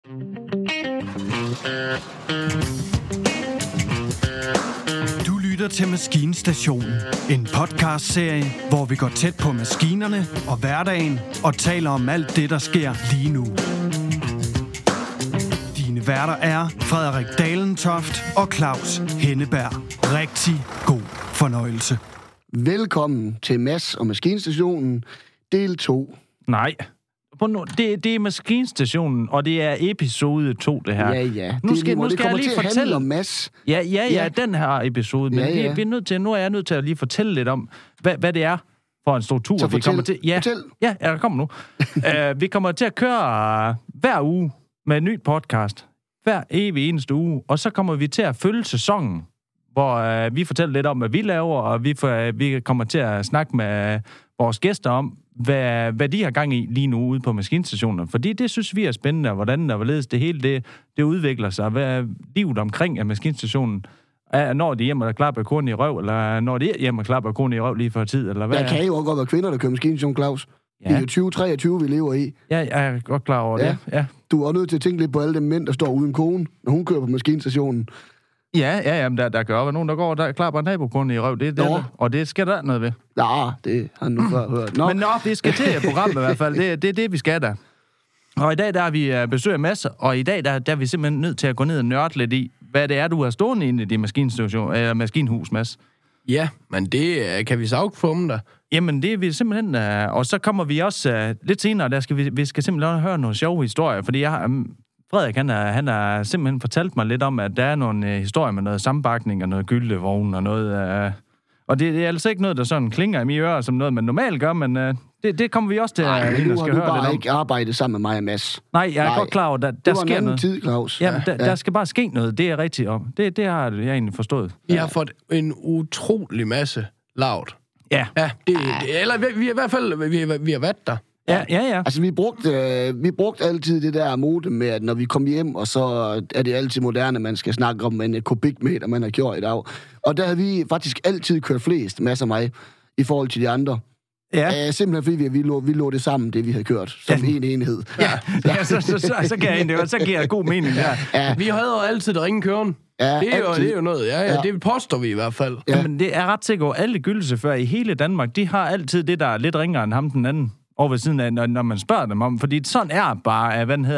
Du lytter til Maskinstationen, en podcastserie, hvor vi går tæt på maskinerne og hverdagen og taler om alt det, der sker lige nu. Dine værter er Frederik Dalentoft og Claus Henneberg. Rigtig god fornøjelse. Velkommen til Mads og Maskinstationen, del 2. Nej. Det er Maskinstationen, og det er episode 2, det her. Ja. Nu skal jeg lige fortælle om Mads. Ja, den her episode. Men vi er nødt til, nu er jeg nødt til at lige fortælle lidt om, hvad det er for en struktur, så vi kommer til. Fortæl. Ja, der kommer nu. Vi kommer til at køre hver uge med en ny podcast. Hver evig eneste uge. Og så kommer vi til at følge sæsonen, hvor vi fortæller lidt om, hvad vi laver, og vi kommer til at snakke med vores gæster om, hvad de har gang i lige nu ude på maskinstationerne. Fordi det synes vi er spændende, hvordan der hvorledes det hele det udvikler sig. Hvad er livet omkring af maskinstationen? Når de hjemme og klapper konen i røv, eller når de er hjemme og klapper konen i røv lige for tid, eller hvad? Der kan jo også godt være kvinder, der kører maskinstation, Claus. Ja. Det er jo 2023, vi lever i. Ja, jeg er godt klar over det. Ja. Du er også nødt til at tænke lidt på alle dem mænd, der står uden kone, når hun kører på maskinstationen. Ja, men der kan jo være nogen, der går og klapper nabokonen i røv. Det, og det skal der noget ved. Ja, det har han nu før hørt. Men vi skal til programmet i hvert fald. Det er det, vi skal da. Og i dag, der har vi besøg af Mads, og i dag, der er vi simpelthen nødt til at gå ned og nørde lidt i, hvad det er, du har stående inde i din maskinhus, Mads. Ja, men det kan vi sagfumme dig. Jamen, det er vi simpelthen... Og så kommer vi også lidt senere, der skal vi skal simpelthen høre nogle sjove historier, fordi Frederik, han har simpelthen fortalt mig lidt om, at der er nogle historier med noget sambakning og noget gyldevogn og noget... Og det er altså ikke noget, der sådan klinger i mine ører som noget, man normalt gør, men det kommer vi også til at høre lidt om. Nu har du bare ikke arbejdet sammen med mig og Mads. Nej, jeg er godt klar over, der sker noget. Det var en anden tid, Claus. Jamen, der skal bare ske noget, det er rigtigt om. Det har jeg egentlig forstået. Vi har fået en utrolig masse lavet. Ja. Eller vi i hvert fald, vi har været der. Ja. Altså, vi brugte altid det der modem med, at når vi kom hjem, og så er det altid moderne, man skal snakke om en kubikmeter, man har gjort i dag. Og der havde vi faktisk altid kørt flest, Mads og mig, i forhold til de andre. Ja. Simpelthen fordi vi lå det sammen, det vi havde kørt, som en enhed. Ja, så kan jeg egentlig, så giver jeg god mening der. Ja. Vi havde jo altid det ringe køren. Ja, det er jo noget, det påstår vi i hvert fald. Ja. Men det er ret sikkert, alle gyldechauffører i hele Danmark, de har altid det, der er lidt ringere end ham den anden. Over ved siden af, når man spørger dem om. Fordi sådan er bare,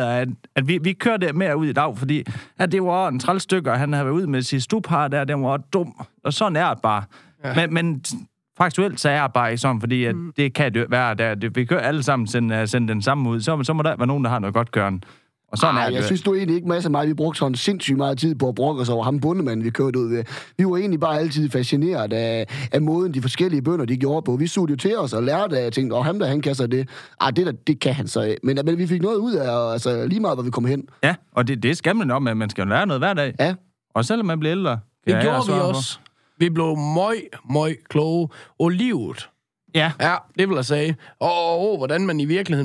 at vi kører det mere ud i dag, fordi at det var en trælstykke, og han havde været ud med sit stupar der, den var dum. Og sådan er det bare. Ja. Men faktuelt så er det bare ikke sådan, fordi at det kan det være, der vi kører alle sammen sende den samme ud. Så må der være nogen, der har noget godt gørende. Og sådan er det. Jeg synes du egentlig ikke, Mads og mig, vi brugte sådan sindssygt meget tid på at brokke os over ham bundemanden, vi kørte ud ved. Vi var egentlig bare altid fascineret af måden, de forskellige bønder, de gjorde på. Vi så det til os og lærte af, og tænkte, ham der, han kan så det. Det kan han så. Men vi fik noget ud af, altså lige meget, hvor vi kom hen. Ja, og det skal man om, at man skal lære noget hver dag. Ja. Og selvom man bliver ældre. Det gjorde vi også. Vi blev meget kloge og livet. Ja, det vil jeg sige. Og hvordan man i virkeligheden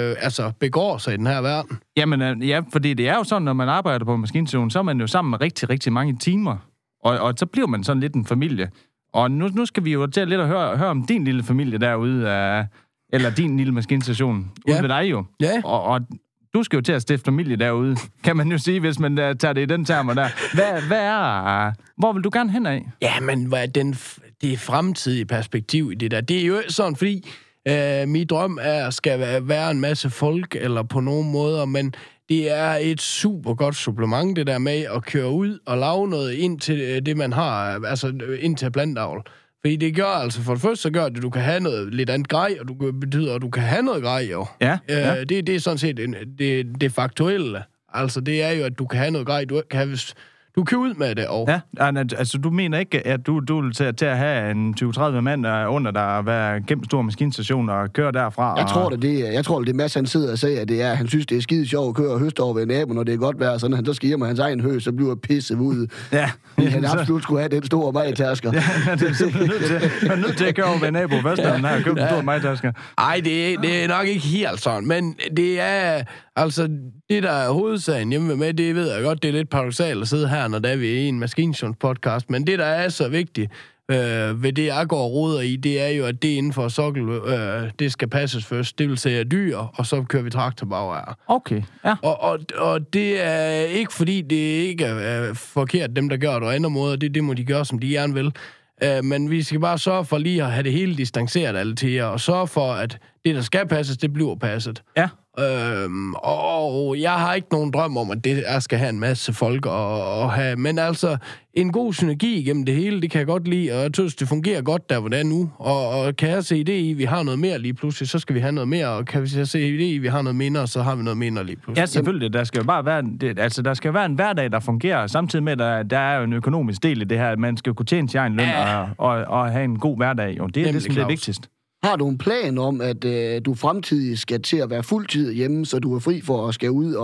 begår sig i den her verden. Jamen, fordi det er jo sådan, når man arbejder på maskinstationen, så er man jo sammen med rigtig, rigtig mange timer. Og så bliver man sådan lidt en familie. Og nu skal vi jo til lidt at høre om din lille familie derude, eller din lille maskinstation ude ved dig jo. Ja. Og du skal jo til at stifte familie derude, kan man jo sige, hvis man tager det i den termer der. Hvor vil du gerne hen af? Ja, men det fremtidige perspektiv i det der, det er jo sådan, fordi min drøm skal være en masse folk, eller på nogen måder, men det er et super godt supplement, det der med at køre ud og lave noget ind til det, man har, altså ind til plantavl. Fordi det gør altså, for det første, så gør det, at du kan have noget lidt andet grej, og det betyder, at du kan have noget grej, jo. Ja. Det er sådan set det faktuelle. Altså, det er jo, at du kan have noget grej, du kan have, hvis du kan ud med det, og... Ja, altså du mener ikke, at du vil til at have en 20-30 mand under dig og være gennem stor maskinstation og køre derfra? Jeg tror, det er Mads, han sidder og siger, at det er, han synes, det er skide sjovt at køre og høste over ved naboen, når det er godt vejr, så når han så skal hjem med hans egen hø, så bliver pisset ud. Ja. Han absolut skulle have den store majtasker. Ja, det er simpelthen nødt til at køre over ved nabo først, når han har købt en stor majtasker. Ej, det er nok ikke helt sådan, men det er... Altså, det der er hovedsagen hjemme med, det ved jeg godt, det er lidt paradoksalt at sidde her, når der vi er i en maskinstationspodcast, men det der er så vigtigt, ved det, jeg går og roder i, det er jo, at det inden for sokkel, det skal passes først. Det vil sige dyr, og så kører vi traktor bagvær. Okay, ja. Og det er ikke, fordi det ikke er forkert, dem der gør det, og andre måder, det må de gøre, som de gerne vil. Men vi skal bare sørge for lige at have det hele distanceret alle til jer, og sørge for, at det, der skal passes, det bliver passet. Ja. Og jeg har ikke nogen drøm om, at jeg skal have en masse folk og have... Men altså, en god synergi igennem det hele, det kan jeg godt lide, og jeg synes, det fungerer godt der, hvor det er nu. Og kan jeg se det i, vi har noget mere lige pludselig, så skal vi have noget mere, og kan vi se det i, vi har noget mindre, så har vi noget mindre lige pludselig. Ja, selvfølgelig. Der skal jo bare være, der skal være en hverdag, der fungerer, samtidig med, at der er jo en økonomisk del i det her, at man skal kunne tjene sin egen løn og have en god hverdag. Jo, det er det, som det er vigtigst. Har du en plan om, at du fremtidig skal til at være fuldtid hjemme, så du er fri for at skal ud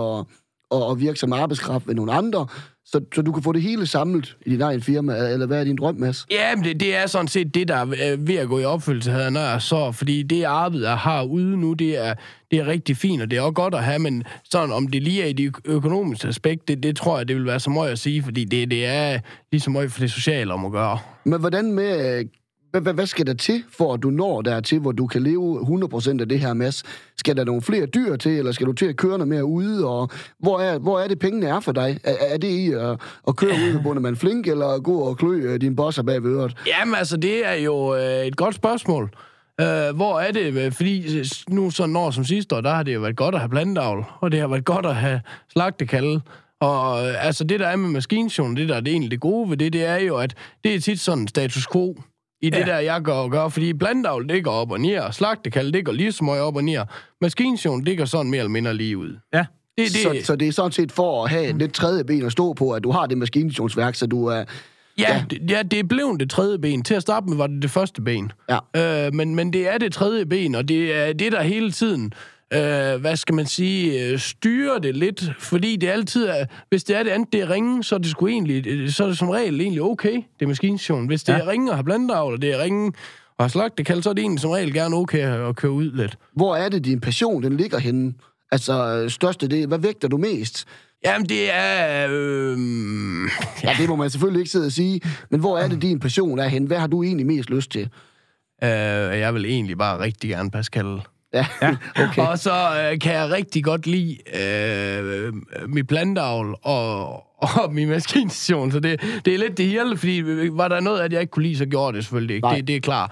og virke som arbejdskraft ved nogle andre, så du kan få det hele samlet i din egen firma, eller hvad er din drøm, Mads? Ja, men det er sådan set det, der er ved at gå i opfyldelse her, når jeg så, fordi det arbejde, jeg har ude nu, det er rigtig fint, og det er også godt at have, men sådan, om det lige er i det økonomiske aspekt, det tror jeg, det vil være så meget at sige, fordi det er lige så meget for det sociale om at gøre. Men hvordan med... Hvad skal der til, for at du når dertil, hvor du kan leve 100% af det her, Mads? Skal der nogle flere dyr til, eller skal du til at køre noget mere ude? Og hvor er det, pengene er for dig? Er det i at køre ud med Bondemann Flink, eller gå og klø din bosser bag ved øret? Jamen altså, det er jo et godt spørgsmål. Hvor er det? Fordi nu sådan år som sidste år, der har det jo været godt at have plantavl, og det har været godt at have slagtekalde. Og altså det, der er med maskinstation, det der er det egentlig det gode ved det er jo, at det er tit sådan status quo. I det der, jeg gør, fordi plantavl, det går op og ned, slagtekald, det går lige så meget op og ned. Maskinstation, det går sådan mere eller mindre lige ud. Ja. Så det er sådan set for at have lidt tredje ben at stå på, at du har det maskinstationsværk, så du er... Ja, det er blevet det tredje ben. Til at starte med var det første ben. Ja. Men det er det tredje ben, og det er det, der hele tiden... hvad skal man sige, styrer det lidt, fordi det altid er, hvis det er det andet, det er ringe, så er det sgu egentlig, så er det som regel egentlig okay, det er maskinstationen. Hvis det er ringe og har plantavl, og det er ringe og har slagtekald, så er det egentlig som regel gerne okay at køre ud lidt. Hvor er det, din passion, den ligger henne? Altså, største del, hvad vægter du mest? Jamen, det er... Ja, det må man selvfølgelig ikke sidde og sige, men hvor er det, din passion er henne? Hvad har du egentlig mest lyst til? Jeg vil egentlig bare rigtig gerne passe kalde. Ja, okay. Og så kan jeg rigtig godt lide mit plantavl og min maskinstation, så det er lidt det hele, fordi var der noget, at jeg ikke kunne lide, så gjorde det selvfølgelig ikke. Det er klart.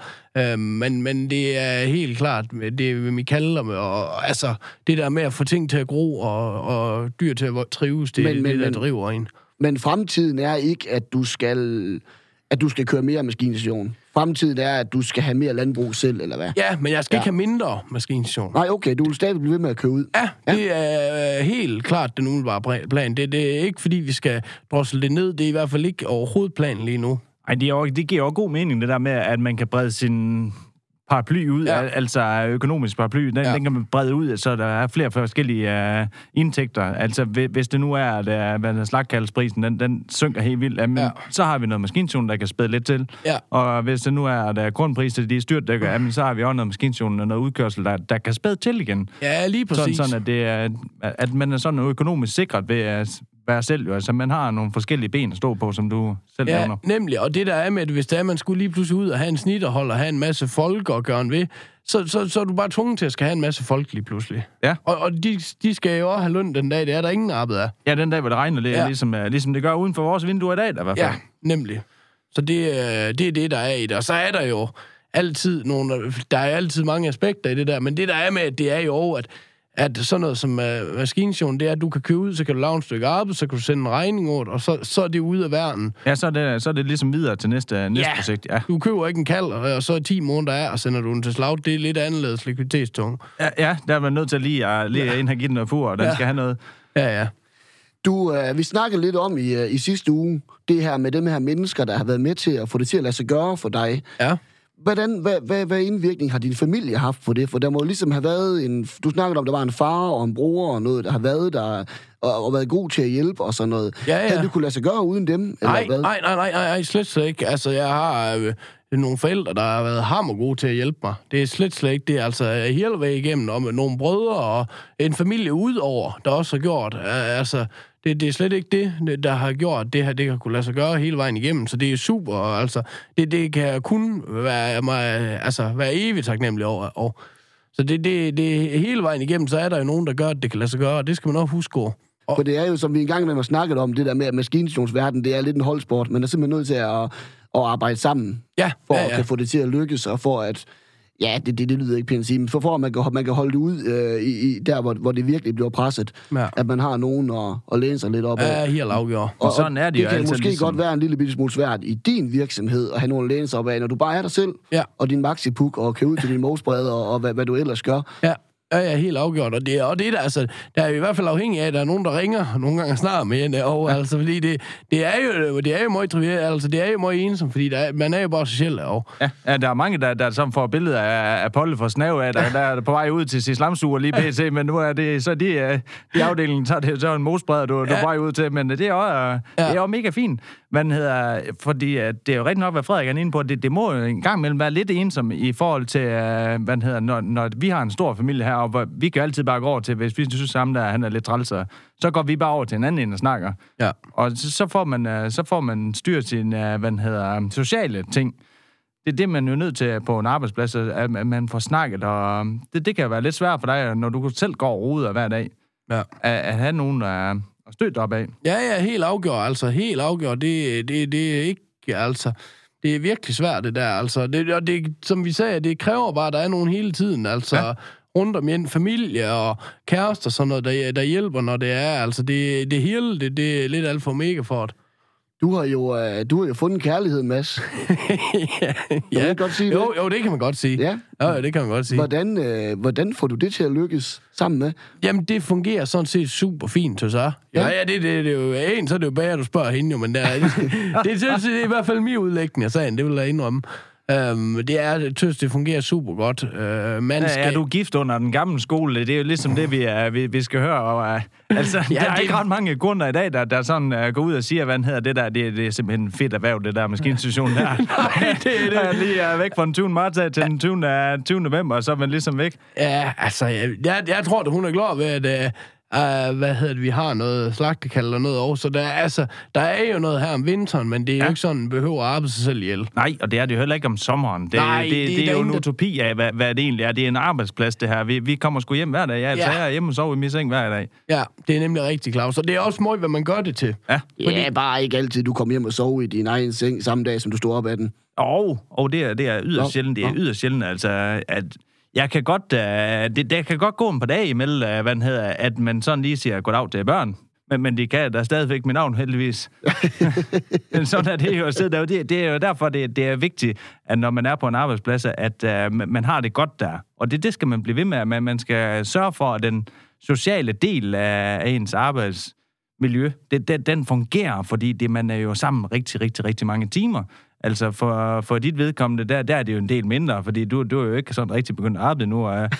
Men det er helt klart, det er med Michael og altså det der med at få ting til at gro og dyr til at trives, det er det, der driver en. Men fremtiden er ikke, at du skal køre mere maskinstation. Fremtiden er, at du skal have mere landbrug selv, eller hvad? Ja, men jeg skal ikke have mindre maskinstation. Nej, okay, du vil stadig blive ved med at køre ud. Ja, det er helt klart den umiddelbare plan. Det er ikke, fordi vi skal drossle det ned. Det er i hvert fald ikke overhovedet planen lige nu. Ej, det giver jo god mening, det der med, at man kan brede sin paraply ud, altså økonomisk paraply, den kan man brede ud, så der er flere forskellige indtægter. Altså, hvis det nu er, at slagtkaldsprisen, den synker helt vildt, så har vi noget maskinstation, der kan spæde lidt til. Ja. Og hvis det nu er, at der er grundpriser, de er styrtdækker, så har vi også noget maskinstation og noget udkørsel, der kan spæde til igen. Ja, lige præcis. Sådan at man er sådan økonomisk sikret ved at være selv, jo. Altså, man har nogle forskellige ben at stå på, som du selv nævner. Ja, nemlig. Og det der er med, at hvis der er, man skulle lige pludselig ud og have en snitterhold og have en masse folk og gøre en ved, så er du bare tvunget til at skal have en masse folk lige pludselig. Ja. Og de skal jo også have løn den dag, det er der ingen arbejde af. Ja, den dag, hvor det regner lidt, ligesom det gør uden for vores vinduer i dag, der i hvert fald. Ja, nemlig. Så det er det, der er i det. Og så er der jo altid der er altid mange aspekter i det der, men det der er med, det er jo, at sådan noget som maskinstation, det er, at du kan købe ud, så kan du lave et stykke arbejde, så kan du sende en regning over, og så er det ude af verden. Ja, så er det ligesom videre til næste projekt. Ja, du køber ikke en kald, og så 10 måneder af, og sender du den til slag. Det er lidt anderledes likviditetstung. Ja, der er man nødt til at lige ind og give den noget fur, og den skal have noget. Ja. Vi snakkede lidt om i sidste uge, det her med dem her mennesker, der har været med til at få det til at lade sig gøre for dig. Ja. Hvad indvirkning har din familie haft på det? For der må ligesom have været du snakkede om, der var en far og en bror og noget, der har været der og været god til at hjælpe og sådan noget. Ja. Havde du kunne lade sig gøre uden dem? Nej, slet ikke. Altså, jeg har nogle forældre, der har været hammer gode til at hjælpe mig. Det er slet ikke det. Altså, hele vejen igennem, og med nogle brødre og en familie udover, der også har gjort. Altså, Det er slet ikke det, der har gjort, at det her det kan kunne lade sig gøre hele vejen igennem. Så det er super, altså. Det kan kun være evigt taknemmelig over. Og så det hele vejen igennem, så er der jo nogen, der gør, at det kan lade sig gøre, og det skal man også huske over. For det er jo, som vi engang med har snakket om, det der med, at maskinstationsverden, det er lidt en holdsport. Man er simpelthen nødt til at arbejde sammen, for at kan få det til at lykkes, og for at, det lyder ikke pænt at sige, men for at man kan holde det ud der, hvor det virkelig bliver presset, at man har nogen at læne sig lidt op af. Ja, helt afgjort. Og sådan er det jo kan måske ligesom godt være en lille bitte smule svært i din virksomhed at have nogen at læne sig op af, når du bare er dig selv, og din maxipuk, og kan ud til din mosbreder, og hvad du ellers gør. Ja, helt afgjort. Og det er der, altså, der er i hvert fald afhængig af, at der er nogen, der ringer nogle gange snart med hende over, altså, fordi det er jo meget trivielt, altså, det er jo meget ensom, fordi man er jo bare social over. Ja, der er mange, der som får billeder af Polle for Snav af, der er på vej ud til sit slamsuger lige pt, men nu er det, så de afdelingen, så er det så en mosbreder, du er på vej ud til, men det er jo mega fint. Fordi det er jo rigtig nok, hvad Frederik er inde på, det må jo en gang imellem være lidt ensom i forhold til, når vi har en stor familie her, og vi kan altid bare gå over til, hvis vi synes sammen, der han er lidt trælser, så går vi bare over til en anden og snakker. Ja. Og så får man styr til sociale ting. Det er det, man er nødt til på en arbejdsplads, at man får snakket, og det kan være lidt svært for dig, når du selv går og ruder hver dag, at have nogen, der støtte op af. Ja, helt afgjort, altså. Helt afgjort. Det er ikke, altså. Det er virkelig svært, det der, altså. Det, som vi sagde, det kræver bare, at der er nogen hele tiden, altså. Rundt om en familie og kærester, sådan noget, der hjælper, når det er, altså. Det hele, det er lidt alt for mega for det. Du har jo fundet kærligheden, Mads. Kan man godt sige det? Jo, det kan man godt sige. Ja, det kan man godt sige. Hvordan får du det til at lykkes sammen med? Jamen, det fungerer sådan set super fint, synes jeg. Ja, det er jo så er det jo bare, at du spørger hende jo, men det er i hvert fald min udlægning af sagen, det vil jeg indrømme. Det fungerer super godt. Er du gift under den gamle skole? Det er jo ligesom det, vi skal høre. Og, altså, der er ikke ret mange kunder i dag, der sådan går ud og siger, hvad hedder det der. Det er simpelthen fedt erhverv, det der maskinstation der. Nej, det er det. Lige væk fra den 20. marts til den 20. november, og så er man ligesom væk. Ja, altså, jeg tror, at hun er glad ved, at vi har noget slagtekald eller noget over, så der er jo noget her om vinteren, men det er jo ikke sådan, behøver at arbejde sig selv ihjel. Nej, og det er det jo heller ikke om sommeren. Det er jo en utopi af, hvad det egentlig er. Det er en arbejdsplads, det her. Vi kommer sgu hjem hver dag. Jeg er hjemme og sover i min seng hver dag. Ja, det er nemlig rigtig, Claus. Og det er også meget, hvad man gør det til. Ja, bare ikke altid, du kommer hjem og sover i din egen seng samme dag, som du står op af den. Og det er yderst sjældent. Det er yderst sjældent, altså, at jeg kan godt, det kan godt gå en par dage imellem, at man sådan lige siger goddag til børn. Men de kan der stadigvæk mit navn, heldigvis. Men sådan er det jo. Det er jo derfor, det er vigtigt, at når man er på en arbejdsplads, at man har det godt der. Og det skal man blive ved med, at man skal sørge for, at den sociale del af ens arbejdsmiljø, den fungerer, fordi man er jo sammen rigtig, rigtig, rigtig mange timer. Altså, for dit vedkommende, der er det jo en del mindre, fordi du er jo ikke sådan rigtig begyndt at arbejde nu. Ej,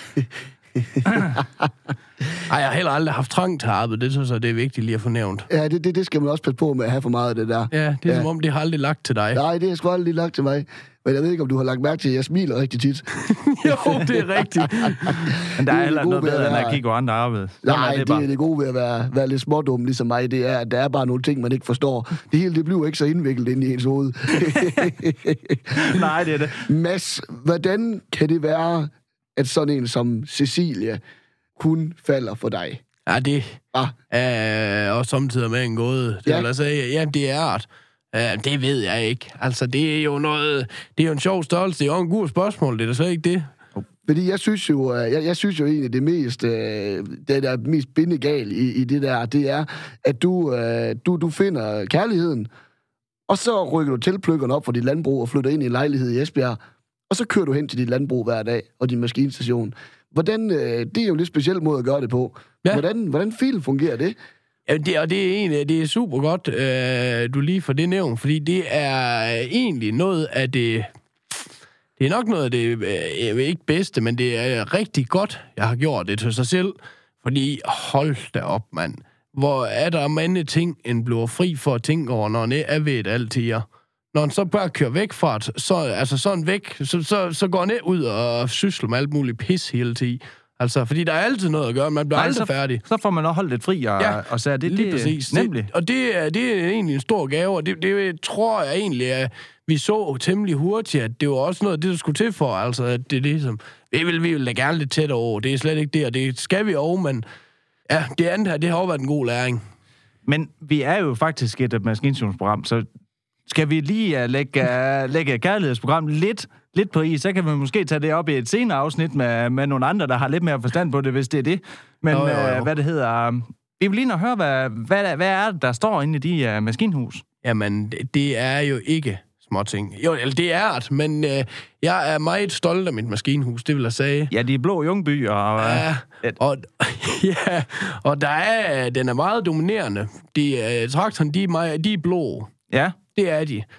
jeg har heller aldrig haft trang til at arbejde. Det synes jeg, det er vigtigt lige at få nævnt. Ja, det skal man også passe på med at have for meget af det der. Ja, det er som om, det har aldrig lagt til dig. Nej, det har sgu aldrig lagt til mig. Men jeg ved ikke, om du har lagt mærke til, at jeg smiler rigtig tit. Jo, det er rigtigt. Men der er heller noget bedre, end at kigge på andre arbejde. Nej, det er det gode ved at være lidt smådum, ligesom mig. Det er, at der er bare nogle ting, man ikke forstår. Det hele, det bliver ikke så indviklet ind i ens hoved. Nej, det er det. Mads, hvordan kan det være, at sådan en som Cecilie kun falder for dig? Ja, det er også samtidig med en gåde. Det vil jeg sige. Ja, det er art. Det ved jeg ikke. Altså, det er jo noget... Det er jo en sjov størrelse. Det er jo en god spørgsmål. Det er da slet ikke det. Fordi jeg synes jo egentlig, det der er mest bindegal i det der, det er, at du finder kærligheden, og så rykker du tilplykkerne op for dit landbrug og flytter ind i en lejlighed i Esbjerg, og så kører du hen til dit landbrug hver dag og din maskinstation. Det er jo en lidt speciel måde at gøre det på. Ja. Hvordan filen fungerer det? Ja, det er super godt, du lige får det nævnt, fordi det er egentlig noget af det... Det er nok noget af det ikke bedste, men det er rigtig godt, jeg har gjort det til sig selv. Fordi, hold da op, mand. Hvor er der mange ting, en bliver fri for at tænke over, når en er ved altid jer. Når en så bare kører væk fra det, så går en ud og sysler med alt muligt pis hele tiden. Altså, fordi der er altid noget at gøre, man bliver aldrig færdig. Så får man også holdt lidt fri og sagde, det er præcis. Nemlig. Det er egentlig en stor gave, og det tror jeg egentlig, at vi så temmelig hurtigt, at det var også noget af det, der skulle til for, altså, at det er ligesom, vi vil da gerne lidt tæt over, det er slet ikke det, og det skal vi over, men ja, det andet her, det har også været en god læring. Men vi er jo faktisk et maskinstationsprogram, så skal vi lige lægge kærlighedsprogram lidt på is, så kan vi måske tage det op i et senere afsnit med nogle andre, der har lidt mere forstand på det, hvis det er det. Men hvad det hedder... Vi vil lige høre, hvad er det, der står inde i de maskinhus? Jamen, det er jo ikke småting. Jo, det er det, men jeg er meget stolt af mit maskinhus, det vil jeg sige. Ja, de er blå Jungby, og... og den er meget dominerende. Traktoren, de er blå. Ja. Det er de.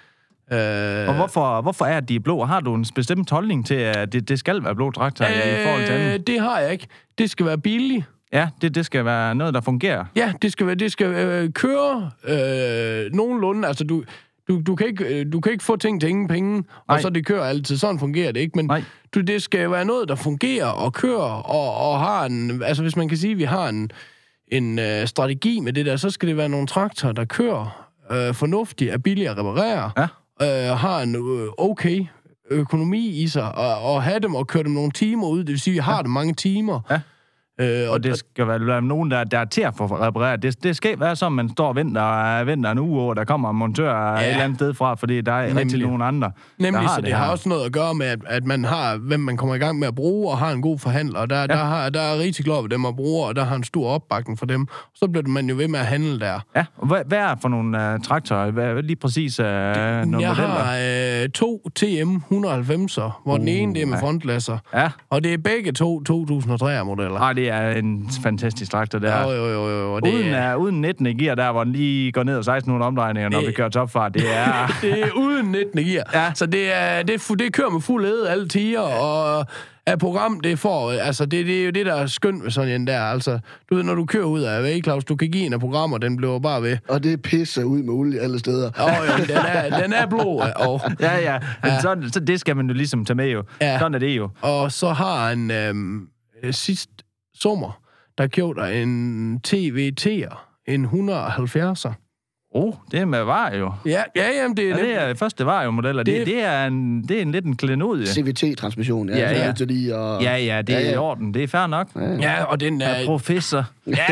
Og hvorfor er de blå? Har du en bestemt holdning til, at det skal være blå traktor i forhold til andet? Det har jeg ikke. Det skal være billigt. Ja, det skal være noget, der fungerer. Ja, det skal køre nogenlunde. Altså, du kan ikke få ting til ingen penge, og så det kører altid. Sådan fungerer det ikke, men det skal være noget, der fungerer og kører, og har en... Altså, hvis man kan sige, at vi har en strategi med det der, så skal det være nogle traktorer, der kører fornuftigt, er billige at reparere, har en okay økonomi i sig, og have dem og køre dem nogle timer ud, det vil sige, at vi har dem mange timer. Ja. Og det skal være nogen, der er til at få repareret. Det skal være sådan, man står og venter en uge over, der kommer en montør et eller andet sted fra, fordi der er rigtig nogen andre, nemlig, så det har også noget at gøre med, at man har, hvem man kommer i gang med at bruge, og har en god forhandler, og der er rigtig glad ved dem at bruge, og der har en stor opbakning for dem. Så bliver man jo ved med at handle der. Ja, og hvad er for nogle traktorer? Hvad er lige præcis nogle modeller? Jeg har 2 TM 190'er, hvor den ene det er med frontlasser, og det er begge 2003-modeller. Det er en fantastisk traktor der. Jo. Uden 19 i gear der, hvor den lige går ned og 1600 omdrejninger, når vi kører topfart. Det er... det er uden 19 i gear. Ja. Så det kører med fuld ed alle tider, og af program, det får... Altså, det er jo det, der er skønt ved sådan en der. Altså, du ved, når du kører ud af Claus, du kan give en af programmer, den bliver bare ved. Og det pisser ud med olie alle steder. Den er blå. Ja. Men så det skal man jo ligesom tage med jo. Ja. Sådan er det jo. Og så har han sidst sommer, der købte en TVT'er, en 170'er. Det er med Vario. Ja, jamen det er... det er første Vario-modeller. Det er en lidt en klenod. CVT-transmission. Det er i orden. Det er fair nok. Ja, og den er... Professor.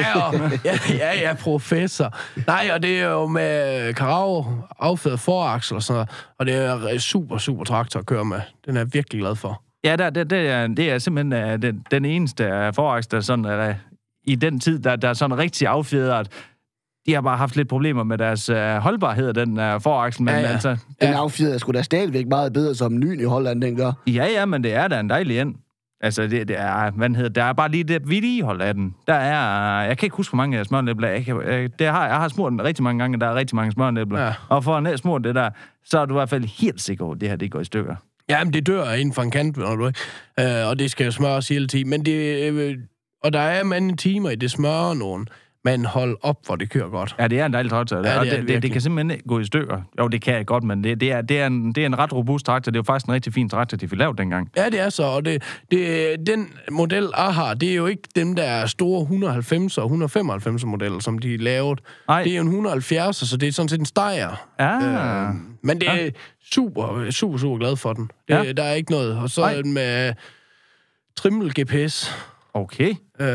Ja, professor. Nej, og det er jo med Carao affødet foraksel og sådan noget, og det er super, super traktor at køre med. Den er jeg virkelig glad for. Ja, det er simpelthen den eneste foraks, der sådan i den tid, der er sådan rigtig affjedret. De har bare haft lidt problemer med deres holdbarhed, den foraksel. Men altså... Den affjedrer sgu da stadigvæk meget bedre som ny i Holland, den gør. Ja, men det er da en dejlig end. Altså, det er, der er bare lige det vedligehold af den. Der er, jeg kan ikke huske, hvor mange smørnæbler. Jeg har smurt den rigtig mange gange, der er rigtig mange smørnæbler. Ja. Og for at smurt det der, så er du i hvert fald helt sikker på, at det her, det går i stykker. Jamen, det dør inden for en kant, og det skal jo smøres hele tiden. Men og der er mange timer i det smører nogen. Men hold op, hvor det kører godt. Ja, det er en dejlig traktor. Det kan simpelthen ikke gå i stykker. Jo, det kan jeg godt, men det er en ret robust traktor. Det er jo faktisk en rigtig fin traktor, de fik lavet dengang. Ja, det er så. Og den model, AHA, det er jo ikke dem, der er store 190 og 195 modeller, som de lavede. Ej. Det er jo en 170, så det er sådan set en Steyr. Men det er super, super, super glad for den. Der er ikke noget. Og så er den med trimmel GPS. Okay.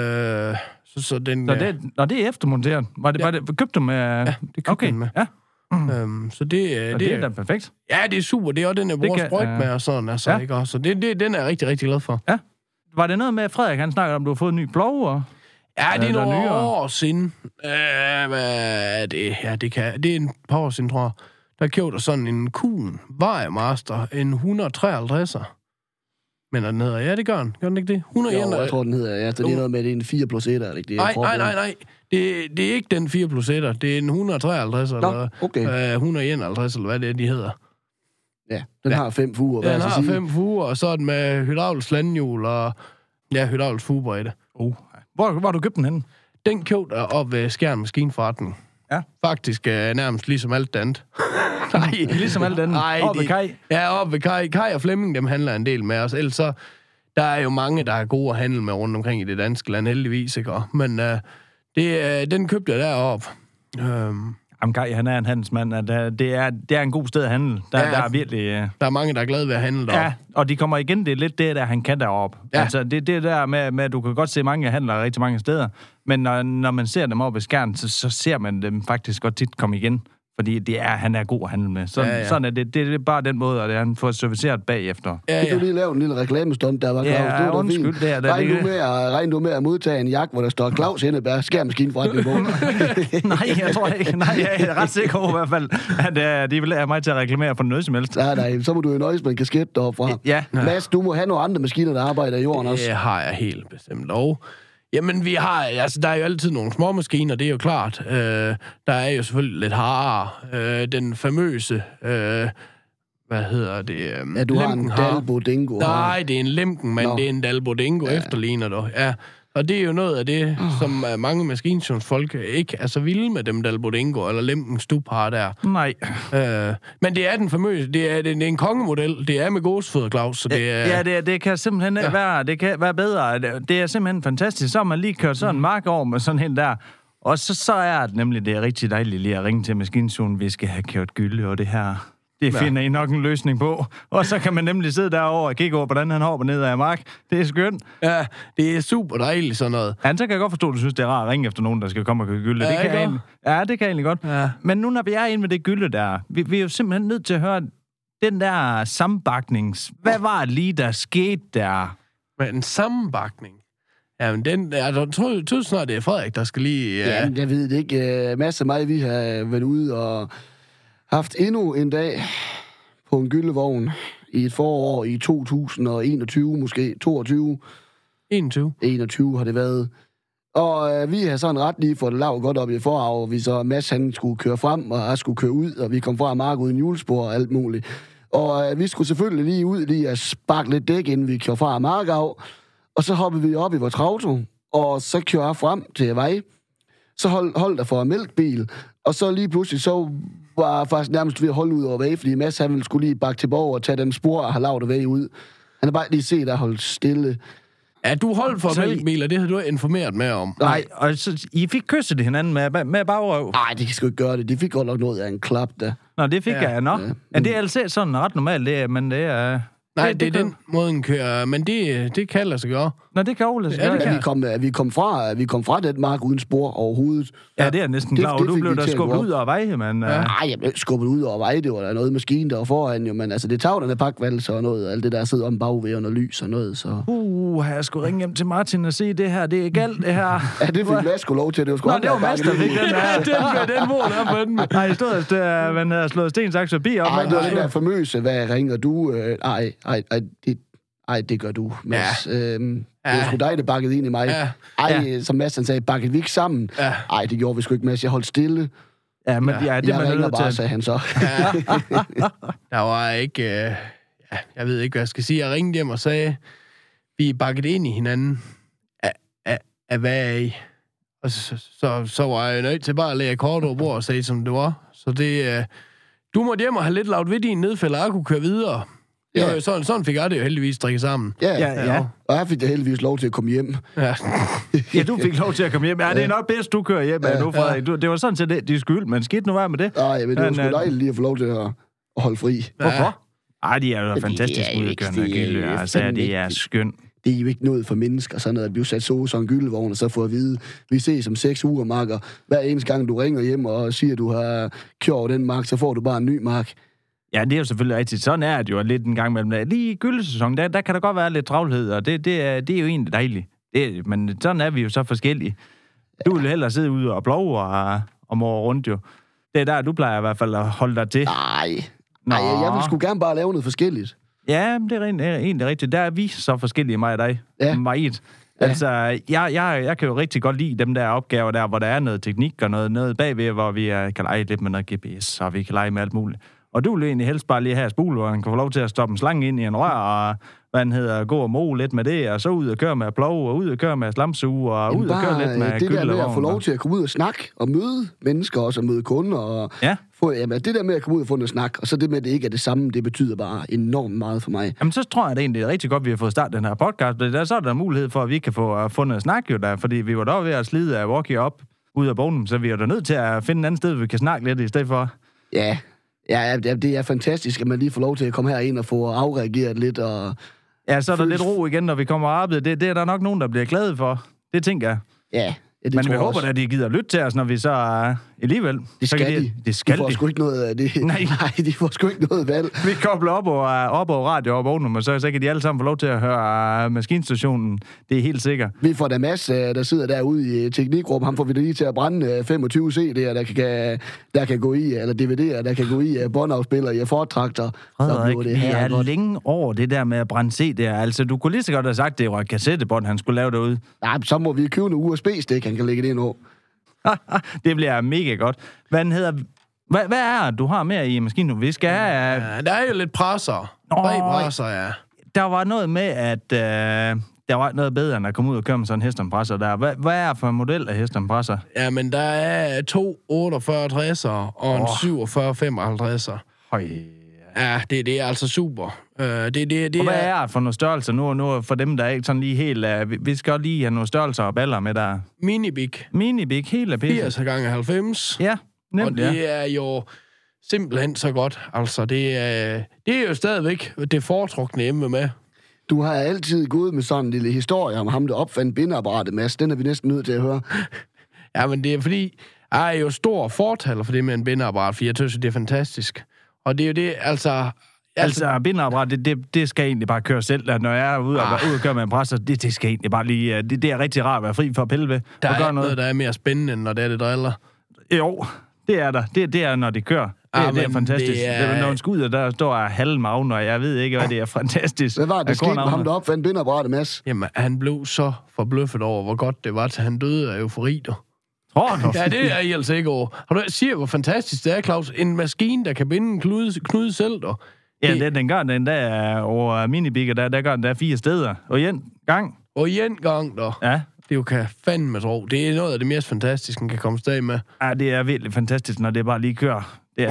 Så den... det er eftermonteret. Købte du med... Ja, det købte den med. Ja. Så det er da perfekt. Ja, det er super. Det er også den, jeg bruger sprøjt med og sådan. Altså, ikke? Så den er jeg rigtig, rigtig glad for. Ja. Var det noget med, Frederik, han snakkede om, du har fået en ny plover? Ja, det er nogle år siden. Hvad er det? Ja, det er en par år siden, tror jeg. Der købte sådan en Kuhn Variemaster, en 153'er. Men den hedder, ja, det gør den. Gør den ikke det? 101. Jo, jeg tror, den hedder, ja. Det er noget med, det er en 4 plus 1, er det ikke det? Nej. Det er ikke den 4 plus 1'er. Det er en 153, eller 151, eller hvad det er, de hedder. Ja, den har 5 fuger. Den har 5 fuger, og så er den med hydraulisk landhjul, og hydraulisk fugebredde. Hvor har du købt den henne? Den købte jeg op ved Skjern Maskinforretning. Ja. Faktisk nærmest ligesom alt det andet. Nej, ligesom alt andet. Oppe ved Kaj. Ja, oppe ved Kaj. Kaj og Flemming, dem handler en del med os. Ellers så, der er jo mange, der er gode at handle med rundt omkring i det danske land, heldigvis, ikke? Men den købte jeg deroppe. Jamen, Kai, han er en handelsmand. Det er en god sted at handle. Der er virkelig... Der er mange, der er glade ved at handle deroppe. Ja, og de kommer igen, det er lidt det, der han kan deroppe. Ja. Altså, det der med, at du kan godt se mange handlere rigtig mange steder, men når man ser dem oppe i skærmen, så ser man dem faktisk godt tit komme igen. Fordi han er god at handle med. Sådan er det. Det er bare den måde, at han får serviceret bagefter. Ja. Du lige lave en lille reklamestund, der var Claus. Ja, undskyld. Regn du med at modtage en jakke, hvor der står Claus Henneberg, skærmaskineforretning på? Nej, jeg tror ikke. Nej, jeg er ret sikker på i hvert fald, at de vil have mig til at reklamere for noget som helst. Nej, så må du jo nøjes med en kasket deroppe fra. Ja. Mads, du må have nogle andre maskiner, der arbejder i jorden også. Det har jeg helt bestemt lov. Jamen, der er jo altid nogle små maskiner, det er jo klart. Der er jo selvfølgelig lidt harere. Den famøse, hvad hedder det? Ja, du har en Dalbo Dingo. Nej, det er en Lemken, men det er en Dalbo Dingo efterligner du. Ja. Og det er jo noget af det, som mange maskinstationsfolk ikke er så vilde med dem Dalbo Dingo eller Lemken Stup har der. Nej. Men det er den famøse, det er en kongemodel. Det er med gåsefødder, Claus. Så det er... Ja, det kan simpelthen være bedre. Det er simpelthen fantastisk. Så har man lige kørt sådan en mark over med sådan en der. Og så er det nemlig det er rigtig dejligt lige at ringe til maskinstationen. Vi skal have kørt gylde og det her. Det finder I nok en løsning på. Og så kan man nemlig sidde derovre og kigge over, hvordan han hopper ned ad mark. Det er skønt. Ja, det er super dejligt sådan noget. Ja, så kan jeg godt forstå, at du synes, det er rart at ringe efter nogen, der skal komme og købe gylde. Det kan jeg egentlig godt. Ja. Men nu når vi er inde med det gylde der, vi er jo simpelthen nødt til at høre den der sammenbaknings... Hvad var det lige, der skete der? Men en sammenbakning? Jamen, jeg tror snart, det er Frederik, der skal lige... Jamen, jeg ved det ikke. Mads og mig, vi har været ude og haft endnu en dag på en gyldevogn i et forår i 2021, måske 22. 21 har det været. Og vi har sådan ret lige fået det lavet godt op i forarv. Vi så Mads, han skulle køre frem, og jeg skulle køre ud, og vi kom fra mark uden hjulspor og alt muligt. Og vi skulle selvfølgelig lige ud lige at sparke lidt dæk, inden vi kørte fra mark af. Og så hoppede vi op i vores auto, og så kører jeg frem til vej. Så holdt der for en mælkbil, og så lige pludselig så var jeg faktisk nærmest ved at holde ud over vej, fordi Mads, han ville skulle lige bakke tilbage og tage den spor og have lavet vej ud. Han har bare lige set at holde stille. Ja, du holdt for mælkebiler, det har du informeret med om. Nej, og så I fik kysset hinanden med bagrøv? Nej, de kan sgu ikke gøre det. De fik godt nok noget af en klap, da. Nå, det fik jeg nok. Ja, det er altså sådan ret normalt, det er, men det er... Nej, det er den måde, den kører, men det kan lade sig gøre. Nå, det kan jo lade sig gøre, ja. Vi kom fra den mark uden spor overhovedet. Ja, det er næsten klar, og du blev der skubbet ud over vej, men... Nej, jeg blev skubbet ud over vej, det var der noget maskine, der var foran, jo, men altså, det tager der pakvalser og noget, alt det der sidder om bagved og lys og noget, så... Har jeg skulle ringe hjem til Martin og sige, det her, det er galt, det her. Ja, det fik Mads sgu lov til, det var sgu... Nå, det var Mads, der fik den her. Den mål er på den. Nej, det stod, at man havde slået stensaks forbi. Nej, det var den der famøse, hvad ringer du? Det gør du, Mads. Ja. Det var sgu dig, der bakkede ind i mig. Ja. Som Mads han sagde, bakkede vi ikke sammen? Ja. Det gjorde vi sgu ikke, Mads. Jeg holdt stille. Ja, men det jeg ringer bare, sagde han så. Ja. Der var ikke... jeg ved ikke, hvad jeg skal sige. Jeg ringede hjem og sagde, vi bakkede ind i hinanden. Af hvad er I? Og så var jeg nødt til bare at lægge kort over bord og sige, som det var. Så det... du måtte hjem og have lidt lavet ved din nedfælde, og jeg kunne køre videre. Ja. Sådan fik jeg det jo heldigvis strikket sammen. Ja. Og jeg fik da heldigvis lov til at komme hjem. Ja, du fik lov til at komme hjem. Ja, det er nok bedst, du kører hjem nu, Frederik. Det var sådan set det skyld, men skidt nu være med det. Nej, men det var sgu dejligt lige at få lov til at holde fri. Hvorfor? De er jo fantastisk udkørende gylde. Altså, det er skønt. Det er jo ikke noget for mennesker, sådan noget, at blive sat så en gyldevogn, og så få at vide, vi ses om 6 uger, Marker. Hver eneste gang, du ringer hjem og siger, at du har kørt den mark, så får du bare en ny mark. Ja, det er jo selvfølgelig rigtigt. Sådan er det jo lidt en gang mellem. Lige i gyldesæsonen, der kan der godt være lidt travlhed, og det er jo egentlig dejligt. Men sådan er vi jo så forskellige. Du vil hellere sidde ude og blove og mor rundt jo. Det er der, du plejer i hvert fald at holde dig til. Nej, jeg vil sgu gerne bare lave noget forskelligt. Ja, det er egentlig rigtigt. Der er vi så forskellige, mig og dig. Ja. Meget. Altså, jeg kan jo rigtig godt lide dem der opgaver der, hvor der er noget teknik og noget bagved, hvor vi kan lege lidt med noget GPS, og vi kan lege med alt muligt. Og du vil egentlig helst bare lige have spule, hvor han kan få lov til at stoppe en slange ind i en rør, og gå og moe lidt med det, og så ud og køre med plov, og ud og køre med slamsuge, og ud og køre lidt med det der med at få lov til at komme ud og snakke, og møde mennesker også, og møde kunder, og Jamen, det der med at komme ud og få noget snak, og så det med, at det ikke er det samme, det betyder bare enormt meget for mig. Jamen, så tror jeg, det egentlig er rigtig godt, at vi har fået startet den her podcast. Så er der mulighed for, at vi kan få fundet snak jo der, fordi vi var der ved at slide af walkie op ud af bogen, så vi er da nødt til at finde en anden sted, hvor vi kan snakke lidt i stedet for. Ja, det er fantastisk, at man lige får lov til at komme herind og få afreageret lidt. Og ja, så er der lidt ro igen, når vi kommer op. Det er der nok nogen, der bliver glade for. Det tænker jeg. Ja, det men tror vi jeg håber også. at de gider lytte til os, når vi så alligevel. Det skal de. Det skal de får sgu ikke noget af det. Nej, de får sgu ikke noget valg. Vi kobler op over radio og bognummer, så kan de alle sammen få lov til at høre maskinstationen. Det er helt sikkert. Vi får da Mads, der sidder derude i teknikrummet. Ham får vi da lige til at brænde 25 CD'er, der kan gå i, eller DVD'er, der kan gå i båndafspillere i Ford-traktor. Frederik, vi er godt. længe over det der med at brænde CD'er. Altså, du kunne lige så godt have sagt, at det var et kassettebånd, han skulle lave derude. Nej, så må vi købe en USB-stik, han kan lægge det ind over. Det bliver mega godt. Hvad er du har mere i maskinen? Vi skal have... Ja, der er jo lidt presser. Presser, ja. Der var noget med, at der var noget bedre, end at komme ud og køre med sådan en Heston-presser der. Hvad er for en model af Heston-presser? Ja, men der er 2 48-60'er og en 47-55'er. Høj. Ja, det er altså super. Det og hvad er for nogle størrelser nu for dem, der er ikke sådan lige helt... vi skal også lige have nogle størrelser og baller med der. Minibig, helt af pisse. 80 gange 90. Ja, nemt, og det er jo simpelthen så godt. Altså, det er jo stadigvæk det foretrukne emne med. Du har altid gået med sådan en lille historie om ham, der opfandt bindeapparatet, Mads. Den er vi næsten nødt til at høre. Ja, men det er fordi, jeg er jo stor fortaler for det med en bindeapparat, for jeg synes, det er fantastisk. Og det er jo det, Altså, bindeapparat, det skal egentlig bare køre selv. Når jeg er ude og køre med en presser, det skal egentlig bare lige... Det er rigtig rart at være fri for at pille ved. Der er noget, der er mere spændende, end når det driller. Jo, det er der. Det er, når det kører. Det er fantastisk. Det er, når en skud, der står af halvmagen, og jeg ved ikke, hvad det er fantastisk. Hvad var det, der skete med ham, der opfandt bindeapparatet, Mads? Jamen, han blev så forbløffet over, hvor godt det var, til han døde af eufori, der. Ja, det er jeg altså ikke over. Har du siger, hvor fantastisk det er, Claus? En maskine, der kan binde en knude selv, der. Ja, den gør den der over minibigger, der gør den der 4 steder. Og en gang, der. Ja. Det jo kan fandme tro. Det er noget af det mest fantastiske, man kan komme stag med. Ja, det er virkelig fantastisk, når det bare lige kører. Det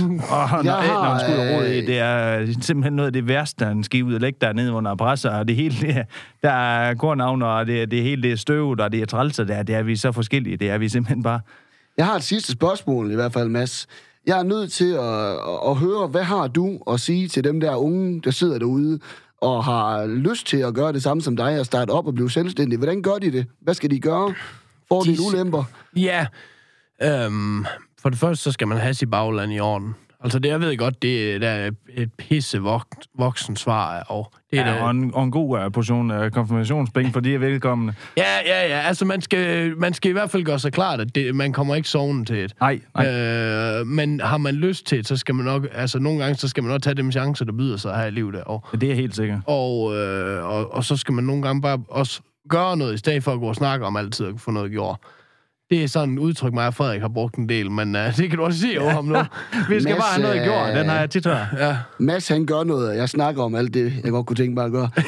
er simpelthen noget af det værste, han skal ud og lægge dernede under presser, og det hele, der er kornavn, og det hele det er støvet, og det er trælser, det er vi så forskellige, det er vi simpelthen bare. Jeg har et sidste spørgsmål i hvert fald, Mads. Jeg er nødt til at høre, hvad har du at sige til dem der unge, der sidder derude, og har lyst til at gøre det samme som dig, og starte op og blive selvstændig. Hvordan gør de det? Hvad skal de gøre? Får de ulemper? Ja, for det første, så skal man have sit bagland i orden. Altså, det jeg ved godt, det er et pisse voksen svar, og det er og en god portion konfirmationspenge for de er velkomne. Ja, altså man skal i hvert fald gøre sig klart, at man kommer ikke sovende til et. Nej. Men har man lyst til et, så skal man nok, altså nogle gange, så skal man også tage de chancer, der byder sig her i livet. Det er helt sikkert. Og så skal man nogle gange bare også gøre noget, i stedet for at gå og snakke om altid at få noget gjort. Det er sådan et udtryk, mig og Frederik har brugt en del, men det kan du også sige over ham nu. Vi skal bare have noget gjort, den har jeg tit hørt. Ja. Mads, han gør noget, jeg snakker om alt det, jeg godt kunne tænke mig at gøre.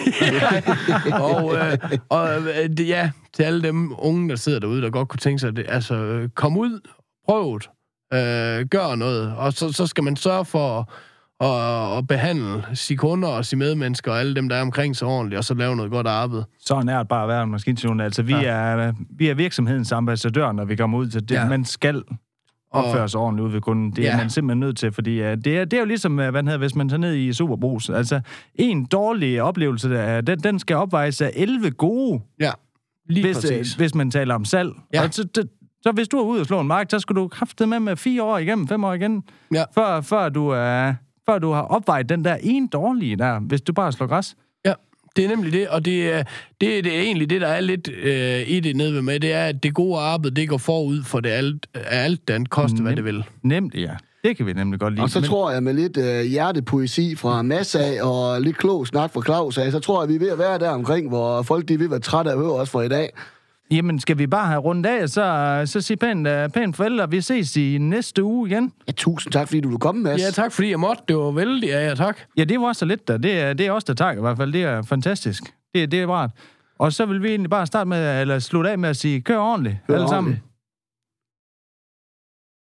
Ja, til alle dem unge, der sidder derude, der godt kunne tænke sig, altså kom ud, prøv det, gør noget, og så skal man sørge for at behandle sine kunder og sine medmennesker og alle dem, der er omkring sig ordentligt, og så lave noget godt arbejde. Sådan er det bare at være en maskinstation. Altså, vi er virksomhedens ambassadør, når vi kommer ud til det. Ja. Man skal opføre sig ordentligt ud ved kunden. Det er man simpelthen nødt til, fordi det er jo ligesom, hvis man tager ned i Superbrus. Altså, en dårlig oplevelse, den skal opvejes af 11 gode. Ja, lige præcis. Hvis man taler om salg. Ja. Og så hvis du er ude og slå en mark, så skal du kraftedeme med 4 år igennem, 5 år igen, før du har opvejet den der en dårlige der, hvis du bare slår græs. Ja, det er nemlig det, og det er egentlig det, der er lidt i det nede ved med, det er, at det gode arbejde, det går forud for det alt den koster, hvad det vil. Nemlig, ja. Det kan vi nemlig godt lide. Og så tror jeg med lidt hjertepoesi fra Mads af, og lidt klog snak fra Claus af, så tror jeg, vi er ved at være der omkring, hvor folk de vil være trætte af at høre os for i dag. Jamen, skal vi bare have rundt af, så sig pænt farvel, og vi ses i næste uge igen. Ja, tusind tak, fordi du kom, Mads. Ja, tak, fordi jeg måtte. Det var vældig af jer, tak. Ja, det var også så lidt der. Det er også der tak, i hvert fald. Det er fantastisk. Det er rart. Og så vil vi egentlig bare starte med, eller slutte af med at sige, kør ordentligt, alle sammen.